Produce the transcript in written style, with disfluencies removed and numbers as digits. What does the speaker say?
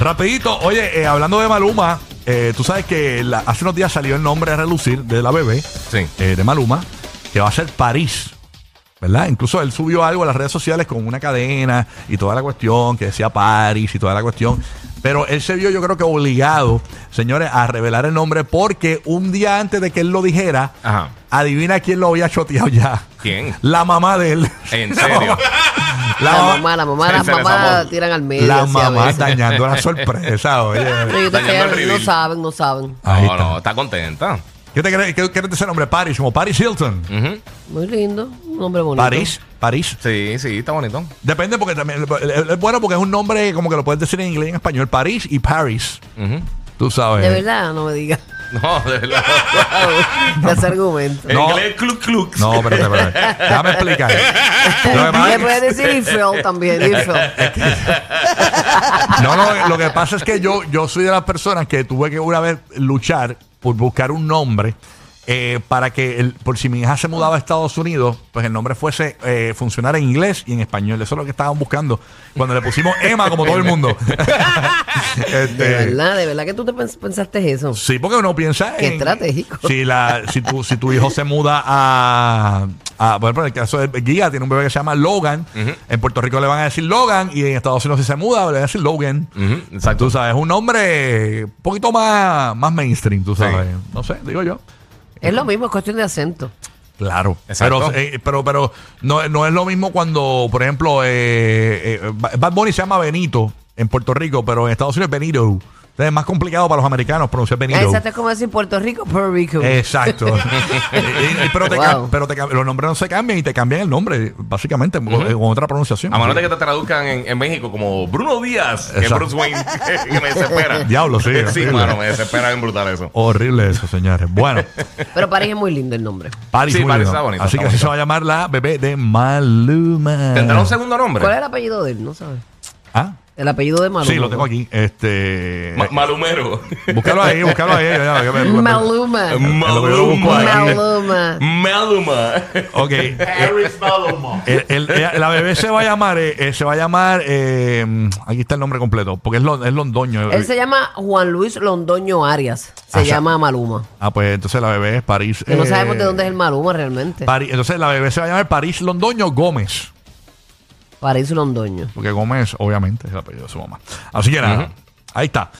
Rapidito, oye, hablando de Maluma, tú sabes que hace unos días salió el nombre a relucir de la bebé, Sí. de Maluma, que va a ser París, ¿verdad? Incluso él subió algo a las redes sociales con una cadena y toda la cuestión, que decía París y toda la cuestión. Pero él se vio, yo creo que obligado, señores, a revelar el nombre porque un día antes de que él lo dijera, Ajá. adivina quién lo había choteado ya. ¿Quién? La mamá de él. ¿En serio? La Las se les mamás amó. tiran al medio. La así a mamá veces. dañando la sorpresa, oye. Pero yo te Dañando creo, el reveal. no saben. Ahí No, está. no, está contenta. ¿Qué te crees? ¿Qué crees de ese nombre? Paris, como Paris Hilton. Ujú. Muy lindo, un nombre bonito. París. Sí, sí, está bonito. Depende porque también es bueno porque es un nombre como que lo puedes decir en inglés y en español. París y Paris. Ujú. Tú sabes. De verdad, no me digas. No, de verdad. Ese argumento. En No. inglés, cluck, cluck. No, espérate. Déjame explicar. Lo que pasa Le es puedes decir Eiffel también, Eiffel. lo que pasa es que yo soy de las personas que tuve que una vez luchar por buscar un nombre para que, por si mi hija se mudaba a Estados Unidos, pues el nombre fuese funcionar en inglés y en español. Eso es lo que estaban buscando. Cuando le pusimos Emma, como todo el mundo. De verdad que tú te pensaste eso. Sí, porque uno piensa Qué en... estratégico. Si tu hijo se muda a por ejemplo, en el caso de Giga, tiene un bebé que se llama Logan. En Puerto Rico le van a decir Logan y en Estados Unidos si se muda le van a decir Logan. Exacto. Tú sabes, es un nombre un poquito más mainstream, tú sabes. Sí. No sé, digo yo. Es lo mismo, es cuestión de acento. Claro. Exacto. Pero no es lo mismo cuando, por ejemplo, Bad Bunny se llama Benito en Puerto Rico, pero en Estados Unidos es Benito. Entonces es más complicado para los americanos pronunciar Benito. Exacto, es como decir Puerto Rico, Puerto Rico. Exacto. pero Wow. los nombres no se cambian y te cambian el nombre, básicamente, con otra pronunciación. A menos de que te traduzcan en México como Bruno Díaz, que es Exacto. Bruce Wayne, que me desespera. Diablo, sí. Sí, horrible. mano, me desespera bien brutal eso. Horrible eso, señores. Bueno, Pero París es muy lindo el nombre. Paris, Sí, muy Paris lindo. está bonito, Así está que así bonito. se va a llamar la bebé de Maluma. ¿Tendrá un segundo nombre? ¿Cuál es el apellido de él? No sabes. ¿Ah? El apellido de Maluma. Sí, lo tengo aquí. Malumero. Búscalo ahí. Maluma. Lo que yo busco aquí. Maluma. Maluma. Ok. La bebé se va a llamar, aquí está el nombre completo, porque es Londoño. Él se llama Juan Luis Londoño Arias. Se Ajá. llama Maluma. Pues entonces la bebé es París. Que no sabemos de dónde es el Maluma realmente. Entonces la bebé se va a llamar París Londoño Gómez. París Londoño. Porque Gómez, obviamente, es el apellido de su mamá. Así que nada, ahí está.